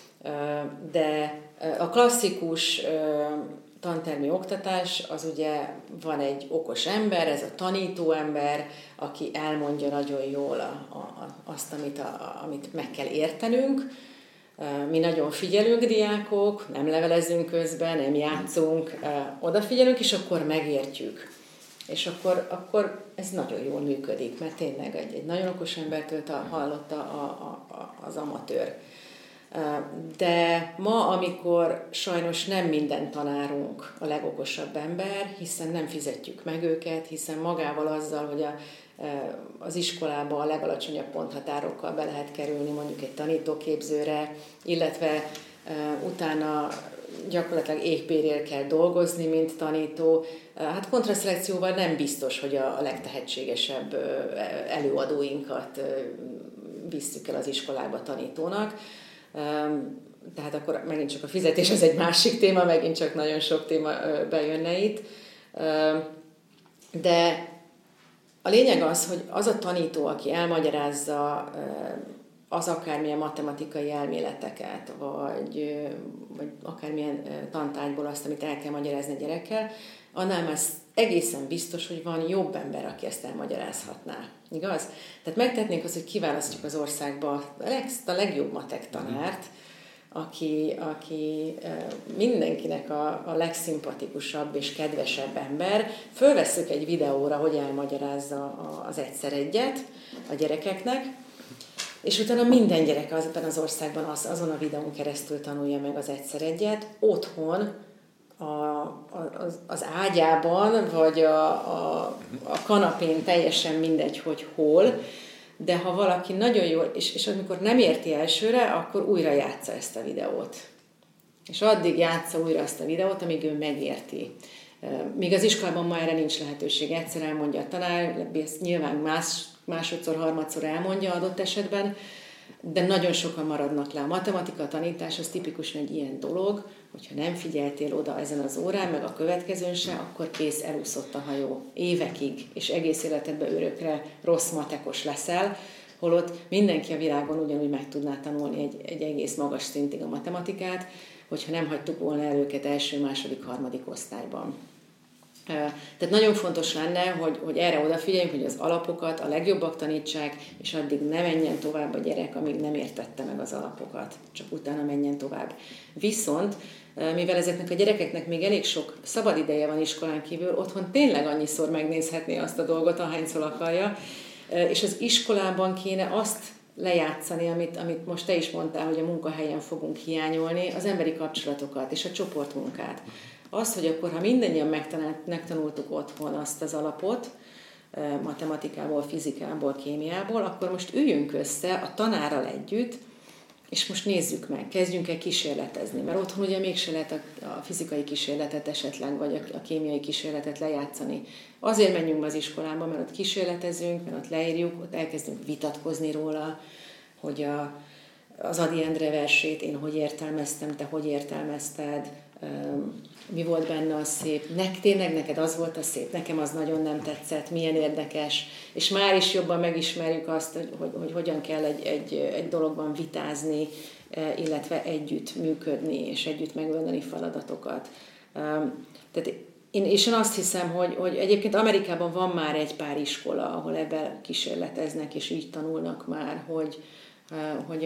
de a klasszikus tantermi oktatás, az ugye van egy okos ember, ez a tanító ember, aki elmondja nagyon jól azt, amit meg kell értenünk. Mi nagyon figyelünk, diákok, nem levelezünk közben, nem játszunk, odafigyelünk, és akkor megértjük. És akkor ez nagyon jól működik, mert tényleg egy nagyon okos embertől hallotta az amatőr. De ma, amikor sajnos nem minden tanárunk a legokosabb ember, hiszen nem fizetjük meg őket, hiszen magával azzal, hogy az iskolába a legalacsonyabb ponthatárokkal be lehet kerülni mondjuk egy tanítóképzőre, illetve utána gyakorlatilag éhbérért kell dolgozni, mint tanító. Hát kontraszelekcióval nem biztos, hogy a legtehetségesebb előadóinkat visszük el az iskolába tanítónak. Tehát akkor megint csak a fizetés az egy másik téma, megint csak nagyon sok téma bejönne itt. De a lényeg az, hogy az a tanító, aki elmagyarázza az akármilyen matematikai elméleteket, vagy akármilyen tantárgyból azt, amit el kell magyarázni a gyerekkel, annál már egészen biztos, hogy van jobb ember, aki ezt elmagyarázhatná. Igaz? Tehát megtehetnénk azt, hogy kiválasztjuk az országba a legjobb matek tanárt, aki mindenkinek a legszimpatikusabb és kedvesebb ember. Fölvesszük egy videóra, hogy elmagyarázza az egyszer egyet a gyerekeknek, és utána minden gyerek ebben az országban azon a videón keresztül tanulja meg az egyszer egyet, otthon, az ágyában, vagy a kanapén, teljesen mindegy, hogy hol, de ha valaki nagyon jól, és amikor nem érti elsőre, akkor újra játsza ezt a videót. És addig játsza újra azt a videót, amíg ő megérti. Míg az iskolában ma erre nincs lehetőség. Egyszer elmondja a tanár, ezt nyilván másodszor, harmadszor elmondja adott esetben, de nagyon sokan maradnak le. A matematika tanítás az tipikusan egy ilyen dolog, hogyha nem figyeltél oda ezen az órán, meg a következőn se, akkor kész, elúszott a hajó évekig, és egész életedben örökre rossz matekos leszel, holott mindenki a világon ugyanúgy meg tudná tanulni egy egész magas szintig a matematikát, hogyha nem hagytuk volna el őket első, második, harmadik osztályban. Tehát nagyon fontos lenne, hogy erre odafigyeljünk, hogy az alapokat a legjobbak tanítsák, és addig ne menjen tovább a gyerek, amíg nem értette meg az alapokat, csak utána menjen tovább. Viszont, mivel ezeknek a gyerekeknek még elég sok szabad ideje van iskolán kívül, otthon tényleg annyiszor megnézhetné azt a dolgot, ahányszor akarja, És az iskolában kéne azt lejátszani, amit most te is mondtál, hogy a munkahelyen fogunk hiányolni, az emberi kapcsolatokat és a csoportmunkát. Az, hogy akkor, ha mindannyian megtanultuk otthon azt az alapot, matematikából, fizikából, kémiából, akkor most üljünk össze a tanárral együtt, és most nézzük meg, kezdjünk el kísérletezni, mert otthon ugye mégse lehet a fizikai kísérletet esetleg, vagy a kémiai kísérletet lejátszani. Azért menjünk be az iskolába, mert ott kísérletezünk, mert ott leírjuk, ott elkezdünk vitatkozni róla, hogy az Ady Endre versét én hogy értelmeztem, te hogy értelmezted, mi volt benne a szép, tényleg neked az volt a szép, nekem az nagyon nem tetszett, milyen érdekes, és már is jobban megismerjük azt, hogy hogyan kell egy dologban vitázni, illetve együtt működni, és együtt megoldani feladatokat. Tehát én azt hiszem, hogy egyébként Amerikában van már egy pár iskola, ahol ebben kísérleteznek, és így tanulnak már, hogy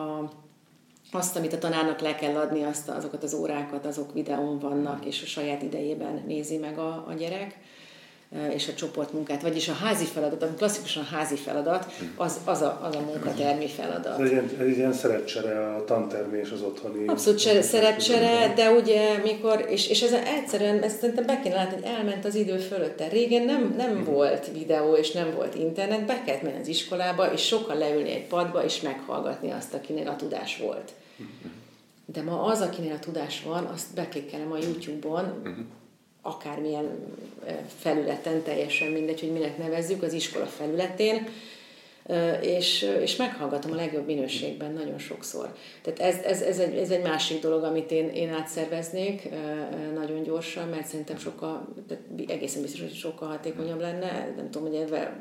azt, amit a tanárnak le kell adni, azokat az órákat, azok videón vannak, és a saját idejében nézi meg a gyerek, és a csoportmunkát, vagyis a házi feladat, ami klasszikusan a házi feladat, az a munkatermi feladat. Ez egy ilyen szerepcsere a tantermi és az otthoni... Abszolút szerepcsere, de ugye mikor, és ez egyszerűen, ezt szerintem be kéne látni, hogy elment az idő fölötte. Régen nem volt videó, és nem volt internet, be kellett menni az iskolába, és sokkal leülni egy padba, és meghallgatni azt, akinél a tudás volt. De ma az, akinél a tudás van, azt beklikkelem a YouTube-on, akármilyen felületen, teljesen mindegy, hogy minek nevezzük, az iskola felületén, és meghallgatom a legjobb minőségben nagyon sokszor. Tehát ez egy másik dolog, amit én átszerveznék nagyon gyorsan, mert szerintem egészen biztos, hogy sokkal hatékonyabb lenne. Nem tudom, hogy ebben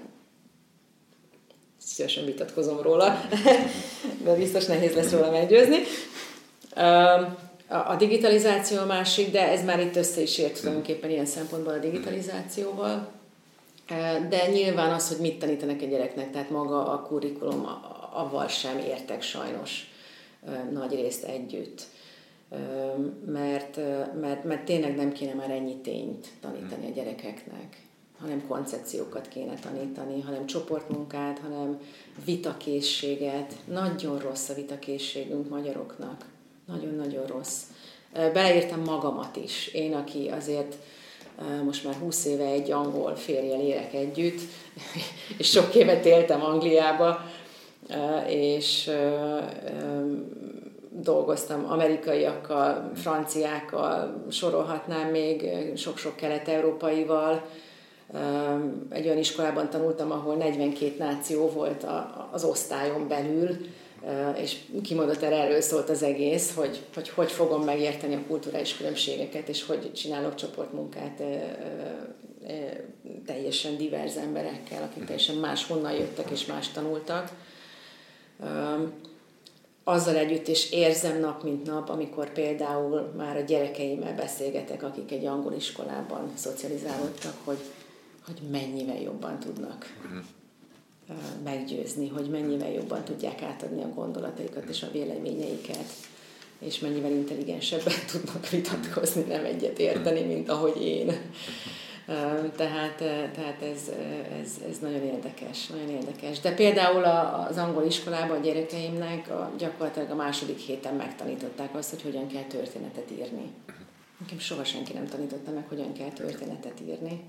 szívesen vitatkozom róla, de biztos nehéz lesz róla meggyőzni. A digitalizáció a másik, de ez már itt össze is ért tulajdonképpen ilyen szempontból a digitalizációval. De nyilván az, hogy mit tanítanak a gyereknek, tehát maga a kurrikulum, avval sem értek sajnos nagy részt együtt. Mert tényleg nem kéne már ennyi tényt tanítani a gyerekeknek, hanem koncepciókat kéne tanítani, hanem csoportmunkát, hanem vitakészséget. Nagyon rossz a vitakészségünk magyaroknak. Nagyon-nagyon rossz. Beleírtam magamat is. Én, aki azért most már 20 éve egy angol férjjel élek együtt, és sok évet éltem Angliába, és dolgoztam amerikaiakkal, franciákkal, sorolhatnám még sok-sok kelet-európaival. Egy olyan iskolában tanultam, ahol 42 náció volt az osztályon belül, és kimondottan erről szólt az egész, hogy fogom megérteni a kulturális különbségeket, és hogy csinálok csoportmunkát teljesen divers emberekkel, akik teljesen máshonnan jöttek és más tanultak. Azzal együtt is érzem nap mint nap, amikor például már a gyerekeimmel beszélgetek, akik egy angol iskolában szocializálódtak, hogy mennyivel jobban tudnak meggyőzni, hogy mennyivel jobban tudják átadni a gondolataikat és a véleményeiket, és mennyivel intelligensebben tudnak vitatkozni, nem egyet érteni, mint ahogy én. Tehát ez nagyon érdekes, nagyon érdekes. De például az angol iskolában a gyerekeimnek gyakorlatilag a második héten megtanították azt, hogy hogyan kell történetet írni. Nekem soha senki nem tanította meg, hogyan kell történetet írni.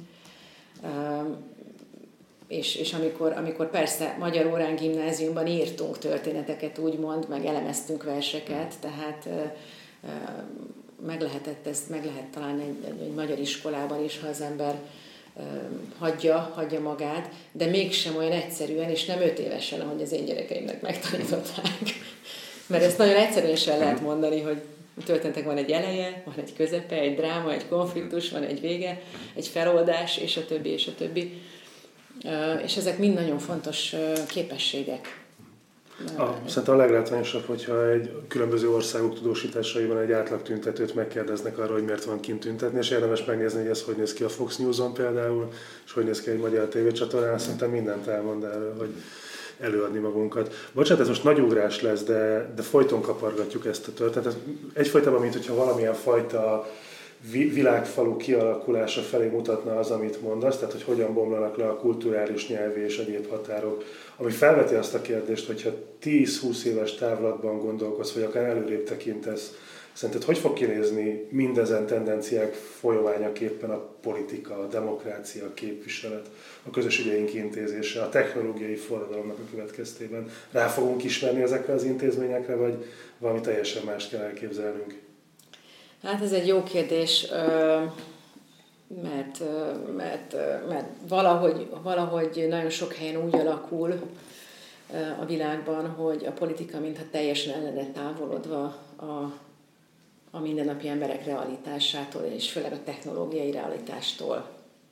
És amikor persze magyar órán, gimnáziumban írtunk történeteket, úgymond, meg elemeztünk verseket, tehát meg lehet találni egy magyar iskolában is, ha az ember hagyja magát, de mégsem olyan egyszerűen, és nem 5 évesen, ahogy az én gyerekeimnek megtanították. Mert ezt nagyon egyszerűen is el lehet mondani, hogy a történetek van egy eleje, van egy közepe, egy dráma, egy konfliktus, van egy vége, egy feloldás, és a többi, és a többi. És ezek mind nagyon fontos képességek. Szerintem a leglátványosabb, hogyha egy különböző országok tudósításaiban egy átlagtüntetőt megkérdeznek arra, hogy miért van kint tüntetni, és érdemes megnézni, hogy ez hogy néz ki a Fox News-on például, és hogy néz ki egy magyar tévécsatornán, szerintem mindent elmond erről, hogy előadni magunkat. Bocsánat, ez most nagy ugrás lesz, de folyton kapargatjuk ezt a történetet. Egyfajtában, mint hogyha valamilyen fajta világfalu kialakulása felé mutatna az, amit mondasz, tehát hogy hogyan bomlanak le a kulturális, nyelvi és egyéb határok, ami felveti azt a kérdést, hogyha 10-20 éves távlatban gondolkodsz, vagy akár előrébb tekintesz, szerinted hogy fog kinézni mindezen tendenciák folyamányaképpen a politika, a demokrácia, a képviselet, a közös ügyeink intézése, a technológiai forradalomnak a következtében? Rá fogunk ismerni ezekre az intézményekre, vagy valami teljesen mást kell elképzelnünk? Hát ez egy jó kérdés, mert valahogy nagyon sok helyen úgy alakul a világban, hogy a politika mintha teljesen el lenne távolodva a mindennapi emberek realitásától, és főleg a technológiai realitástól.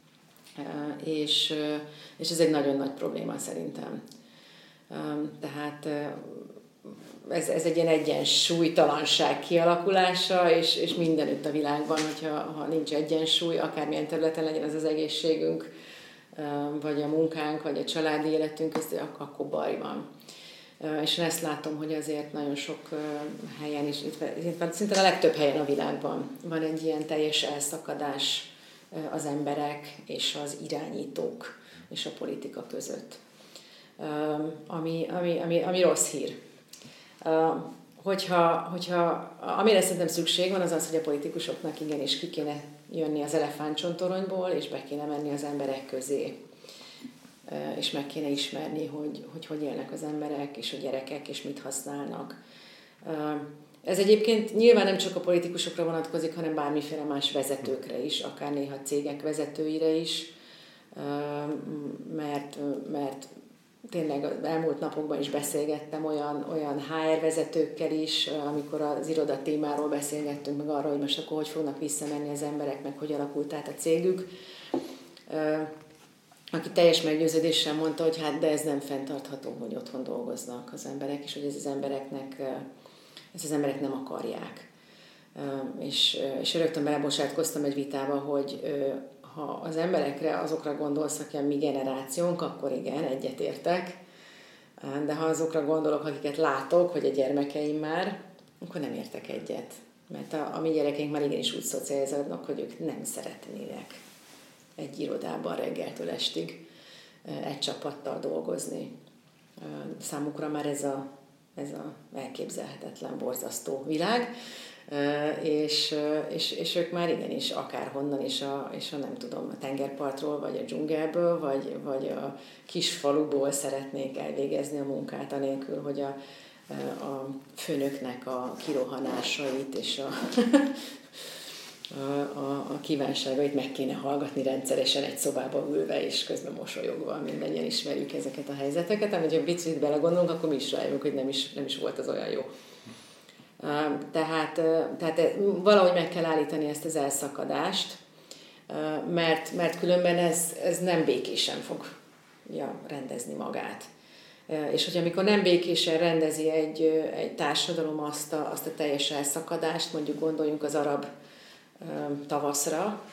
És ez egy nagyon nagy probléma szerintem. Tehát ez egy ilyen egyensúlytalanság kialakulása, és mindenütt a világban, ha nincs egyensúly, akármilyen területen legyen az egészségünk, vagy a munkánk, vagy a családi életünk, akkor baj van. És én ezt látom, hogy azért nagyon sok helyen is, szinte a legtöbb helyen a világban van egy ilyen teljes elszakadás az emberek és az irányítók és a politika között. Ami rossz hír. Amire szerintem szükség van, az az, hogy a politikusoknak igenis ki kéne jönni az elefántcsontoronyból, és be kéne menni az emberek közé. És meg kéne ismerni, hogy élnek az emberek, és a gyerekek, és mit használnak. Ez egyébként nyilván nem csak a politikusokra vonatkozik, hanem bármiféle más vezetőkre is, akár néha cégek vezetőire is, mert tényleg az elmúlt napokban is beszélgettem olyan HR vezetőkkel is, amikor az iroda témáról beszélgettünk, meg arról, hogy most akkor hogy fognak visszamenni az emberek, meg hogy alakult át a cégük, aki teljes meggyőződéssel mondta, hogy hát de ez nem fenntartható, hogy otthon dolgoznak az emberek, és hogy ez az emberek nem akarják. És rögtön belebocsátkoztam egy vitába, hogy ha az emberekre, azokra gondolsz, aki a mi generációnk, akkor igen, egyetértek. De ha azokra gondolok, akiket látok, hogy a gyermekeim már, akkor nem értek egyet. Mert a mi gyerekeink már igenis úgy szocializálódnak, hogy ők nem szeretnének egy irodában reggeltől estig egy csapattal dolgozni. Számukra már ez a elképzelhetetlen, borzasztó világ. És ők már igenis akárhonnan és a nem tudom, a tengerpartról, vagy a dzsungelből, vagy a kis faluból szeretnék elvégezni a munkát, anélkül, hogy a főnöknek a kirohanásait és a kívánságait meg kéne hallgatni rendszeresen egy szobába ülve, és közben mosolyogva. Mindannyian ismerjük ezeket a helyzeteket, amit ha picit belegondolunk, akkor mi is rájövünk, hogy nem is volt az olyan jó. Tehát valahogy meg kell állítani ezt az elszakadást, mert különben ez nem békésen fogja rendezni magát. És hogy amikor nem békésen rendezi egy társadalom azt a teljes elszakadást, mondjuk gondoljunk az arab tavaszra,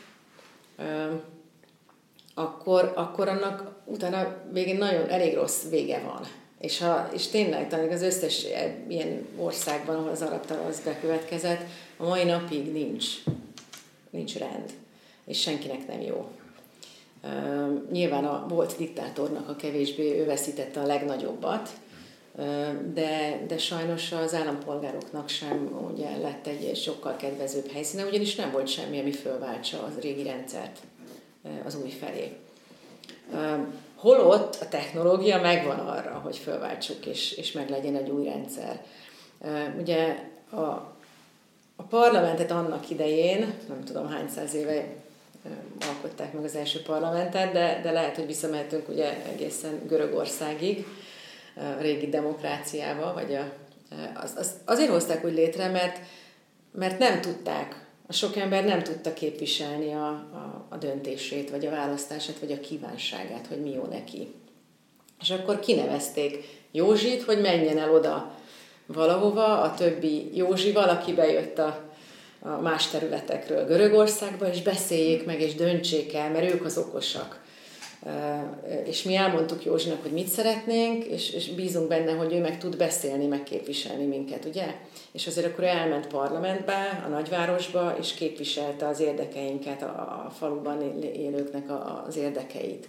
akkor annak utána végén nagyon elég rossz vége van. És tényleg talán az összes ilyen országban, ahol az arab tavasz bekövetkezett, a mai napig nincs rend, és senkinek nem jó. Nyilván a volt diktátornak a kevésbé, ő veszítette a legnagyobbat, de sajnos az állampolgároknak sem ugye lett egy sokkal kedvezőbb helyszíne, ugyanis nem volt semmi, ami fölváltsa az régi rendszert az új felé. Holott a technológia megvan arra, hogy fölváltsuk, és meg legyen egy új rendszer. Ugye a parlamentet annak idején, nem tudom hány száz éve alkották meg az első parlamentet, de lehet, hogy visszamehetünk ugye egészen Görögországig, a régi demokráciába, vagy azért hozták úgy létre, mert nem tudták, a sok ember nem tudta képviselni a döntését, vagy a választását, vagy a kívánságát, hogy mi jó neki. És akkor kinevezték Józsit, hogy menjen el oda valahova, a többi Józsi, valaki bejött a más területekről Görögországba, és beszéljék meg, és döntsék el, mert ők az okosak. És mi elmondtuk Józsinak, hogy mit szeretnénk, és bízunk benne, hogy ő meg tud beszélni, meg képviselni minket, ugye? És azért akkor elment parlamentbe, a nagyvárosba, és képviselte az érdekeinket, a faluban élőknek az érdekeit.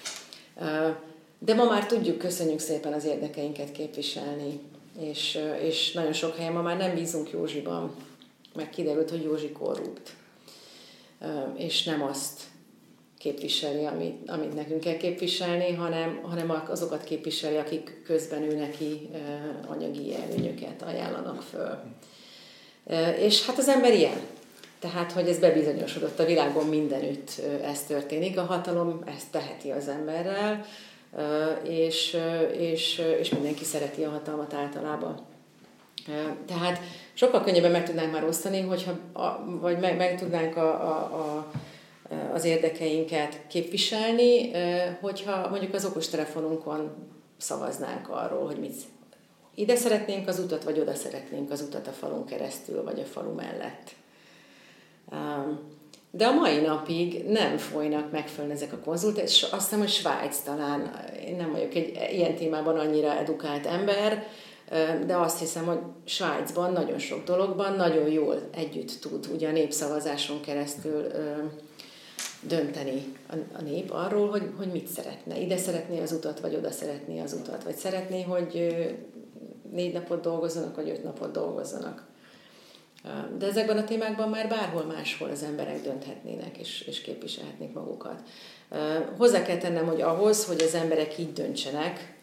De ma már tudjuk, köszönjük szépen az érdekeinket képviselni, és nagyon sok helyen ma már nem bízunk Józsiban, meg kiderült, hogy Józsi korrupt, és nem azt képviseli, amit nekünk kell képviselni, hanem azokat képviseli, akik közben ő neki anyagi előnyöket ajánlanak föl. És hát az ember ilyen. Tehát, hogy ez bebizonyosodott a világon mindenütt ez történik. A hatalom ezt teheti az emberrel, és mindenki szereti a hatalmat általában. Tehát sokkal könnyebben meg tudnánk már osztani, vagy meg tudnánk az érdekeinket képviselni, hogyha mondjuk az okostelefonunkon szavaznánk arról, hogy ide szeretnénk az utat, vagy oda szeretnénk az utat a falun keresztül, vagy a falu mellett. De a mai napig nem folynak megfelelően ezek a konzultációk, és azt hiszem, hogy Svájc talán, én nem vagyok egy ilyen témában annyira edukált ember, de azt hiszem, hogy Svájcban nagyon sok dologban nagyon jól együtt tud ugye a népszavazáson keresztül dönteni a nép arról, hogy mit szeretne. Ide szeretné az utat, vagy oda szeretné az utat, vagy szeretné, hogy 4 napot dolgozzanak, vagy 5 napot dolgozzanak. De ezekben a témákban már bárhol máshol az emberek dönthetnének, és képviselhetnék magukat. Hozzá kell tennem, hogy ahhoz, hogy az emberek így döntsenek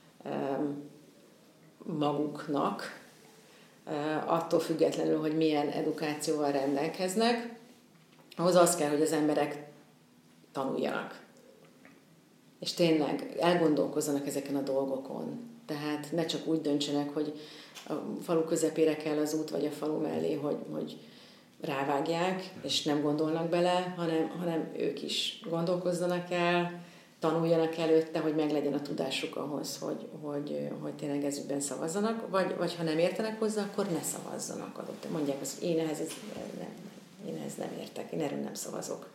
maguknak, attól függetlenül, hogy milyen edukációval rendelkeznek, ahhoz az kell, hogy az emberek tanuljanak. És tényleg elgondolkozzanak ezeken a dolgokon. Tehát ne csak úgy döntsenek, hogy a falu közepére kell az út, vagy a falu mellé, hogy rávágják, és nem gondolnak bele, hanem ők is gondolkozzanak el, tanuljanak előtte, hogy meglegyen a tudásuk ahhoz, hogy tényleg ezügyben szavazzanak, vagy ha nem értenek hozzá, akkor ne szavazzanak adott. Mondják azt, hogy én ehhez nem értek, én erről nem szavazok.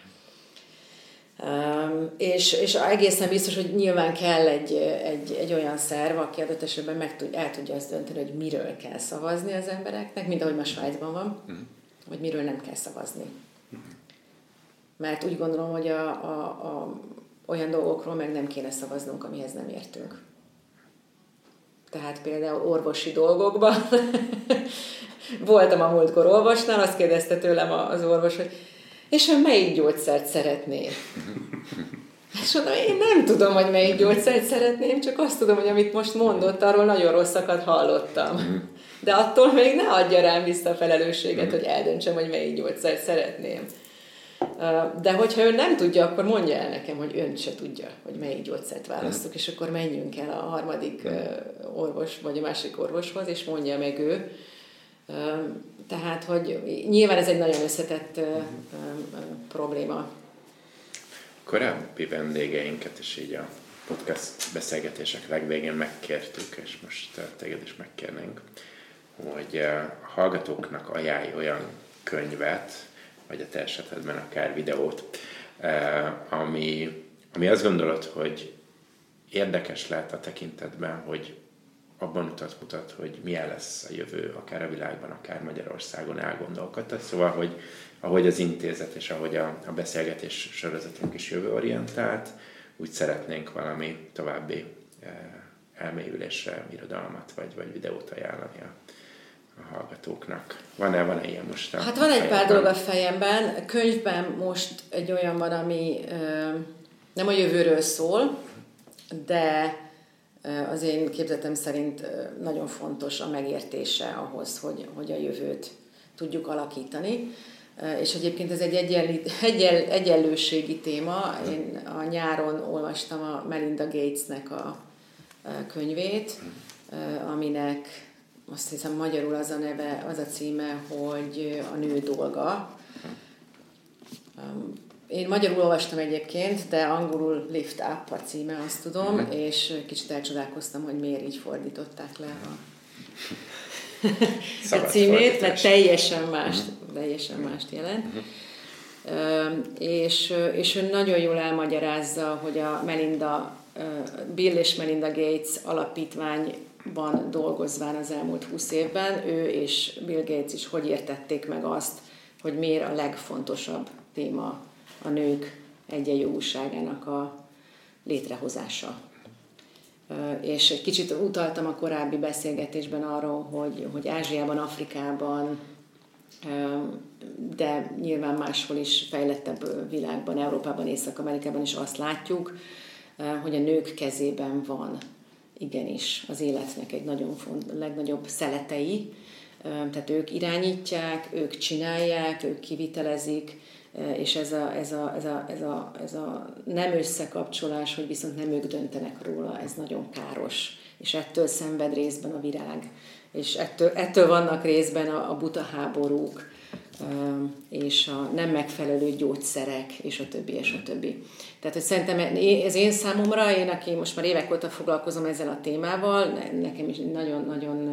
És egészen biztos, hogy nyilván kell egy olyan szerv, aki adott esetben el tudja azt dönteni, hogy miről kell szavazni az embereknek, mint ahogy ma Svájcban van, vagy miről nem kell szavazni. Mert úgy gondolom, hogy olyan dolgokról meg nem kéne szavaznunk, amihez nem értünk. Tehát például orvosi dolgokban voltam a múltkor orvosnál, azt kérdezte tőlem az orvos, hogy és ön melyik gyógyszert szeretné? És mondom, én nem tudom, hogy melyik gyógyszert szeretném, csak azt tudom, hogy amit most mondott, arról nagyon rosszakat hallottam. De attól még ne adja rám vissza a felelősséget, hogy eldöntsem, hogy melyik gyógyszert szeretném. De hogyha ön nem tudja, akkor mondja el nekem, hogy ön se tudja, hogy melyik gyógyszert választok, és akkor menjünk el a harmadik orvos, vagy a másik orvoshoz, és mondja meg ő. Tehát, hogy nyilván ez egy nagyon összetett probléma. Korábbi vendégeinket is így a podcast beszélgetések legvégén megkértük, és most téged is megkérnénk, hogy a hallgatóknak ajánlj olyan könyvet, vagy a te esetedben akár videót, ami azt gondolod, hogy érdekes lehet a tekintetben, hogy abban utat mutat, hogy milyen lesz a jövő, akár a világban, akár Magyarországon elgondolkodtad. Szóval, hogy ahogy az intézet és ahogy a beszélgetés sorozatunk is jövőorientált, úgy szeretnénk valami további elmélyülésre irodalmat vagy videót ajánlani a hallgatóknak. Van-e ilyen most? Hát van egy pár dolog a fejemben. Könyvben most egy olyan van, ami nem a jövőről szól, de az én képzetem szerint nagyon fontos a megértése ahhoz, hogy a jövőt tudjuk alakítani. És egyébként ez egy egyenlőségi téma. Én a nyáron olvastam a Melinda Gatesnek a könyvét, aminek azt hiszem magyarul az a neve, az a címe, hogy A nő dolga. Én magyarul olvastam egyébként, de angolul Lift Up a címe, azt tudom, és kicsit elcsodálkoztam, hogy miért így fordították le a címét, mert teljesen mást jelent. És ő nagyon jól elmagyarázza, hogy a Bill és Melinda Gates alapítványban dolgozván az elmúlt 20 évben, ő és Bill Gates is hogy értették meg azt, hogy miért a legfontosabb téma a nők egyenjogúságának a létrehozása. És egy kicsit utaltam a korábbi beszélgetésben arról, hogy Ázsiában, Afrikában, de nyilván máshol is fejlettebb világban, Európában, Észak-Amerikában is azt látjuk, hogy a nők kezében van igenis az életnek egy nagyon legnagyobb szeletei, tehát ők irányítják, ők csinálják, ők kivitelezik, és ez a nem összekapcsolás, hogy viszont nem ők döntenek róla, ez nagyon káros, és ettől szenved részben a virág, és ettől vannak részben a buta háborúk, és a nem megfelelő gyógyszerek, és a többi, és a többi. Tehát, hogy szerintem ez én számomra, én, aki most már évek óta foglalkozom ezzel a témával, nekem is nagyon-nagyon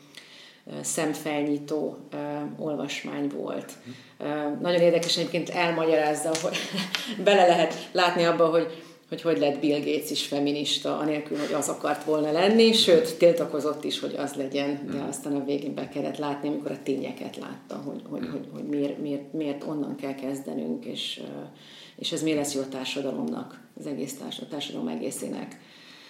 szemfelnyitó olvasmány volt. Nagyon érdekes egyébként elmagyarázza, hogy bele lehet látni abba, hogy lett Bill Gates is feminista, anélkül, hogy az akart volna lenni, sőt, tiltakozott is, hogy az legyen, de aztán a végén be kellett látni, amikor a tényeket látta, hogy miért onnan kell kezdenünk, és ez miért lesz jó a társadalomnak, az egész társadalom egészének.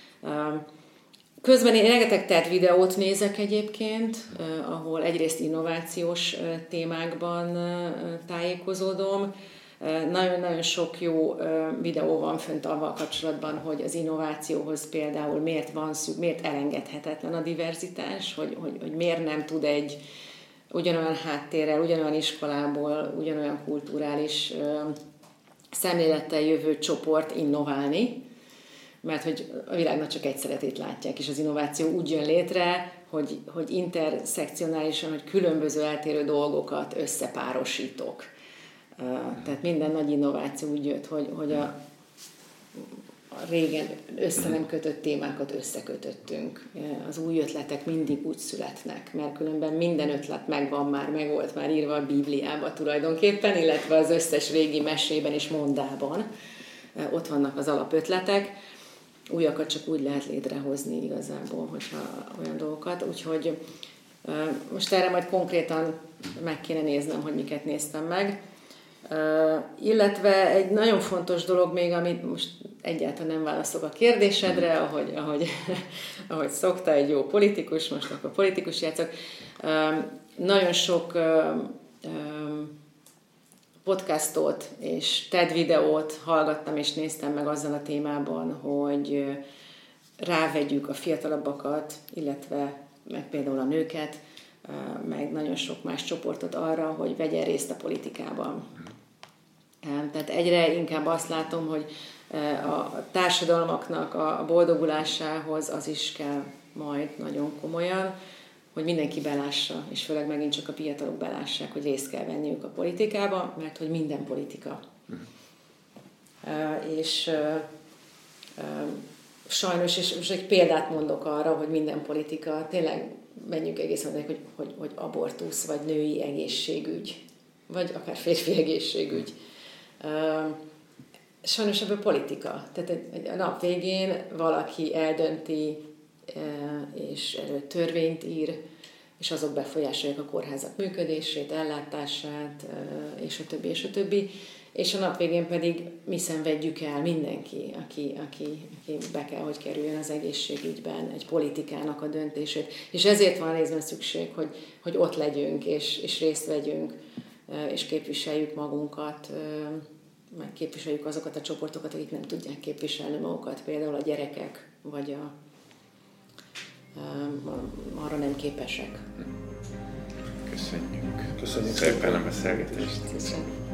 Közben én rengeteg TED videót nézek egyébként, ahol egyrészt innovációs témákban tájékozódom. Nagyon-nagyon sok jó videó van fönt avval kapcsolatban, hogy az innovációhoz például miért elengedhetetlen a diverzitás, hogy miért nem tud egy ugyanolyan háttérrel, ugyanolyan iskolából, ugyanolyan kulturális szemlélettel jövő csoport innoválni, mert hogy a világnak csak egy szeretét látják, és az innováció úgy jön létre, hogy interszekcionálisan, hogy különböző eltérő dolgokat összepárosítok. Tehát minden nagy innováció úgy jött, hogy a régen össze nem kötött témákat összekötöttünk. Az új ötletek mindig úgy születnek, mert különben minden ötlet meg volt már írva a Bibliába tulajdonképpen, illetve az összes régi mesében és mondában. Ott vannak az alapötletek. Újakat csak úgy lehet létrehozni igazából, hogyha olyan dolgokat. Úgyhogy most erre majd konkrétan meg kéne néznem, hogy miket néztem meg. Illetve egy nagyon fontos dolog még, amit most egyáltalán nem válaszolok a kérdésedre, ahogy szokta egy jó politikus, most akkor politikus játszok. Nagyon sok podcastot és TED videót hallgattam és néztem meg azzal a témában, hogy rávegyük a fiatalabbakat, illetve meg például a nőket, meg nagyon sok más csoportot arra, hogy vegyen részt a politikában. Tehát egyre inkább azt látom, hogy a társadalmaknak a boldogulásához az is kell majd nagyon komolyan, hogy mindenki belássa, és főleg megint csak a fiatalok belássák, hogy részt kell venniük a politikába, mert hogy minden politika. És sajnos, és most egy példát mondok arra, hogy minden politika, tényleg menjünk egészen, hogy abortusz, vagy női egészségügy, vagy akár férfi egészségügy. Sajnos ebből politika. Tehát a nap végén valaki eldönti, és törvényt ír, és azok befolyásolják a kórházak működését, ellátását, és a többi, és a többi. És a nap végén pedig mi szenvedjük el mindenki, aki be kell, hogy kerüljön az egészségügyben, egy politikának a döntését. És ezért van részben szükség, hogy ott legyünk, és részt vegyünk, és képviseljük magunkat, meg képviseljük azokat a csoportokat, akik nem tudják képviselni magukat, például a gyerekek, vagy arra nem képesek. Köszönjük szépen a beszélgetést.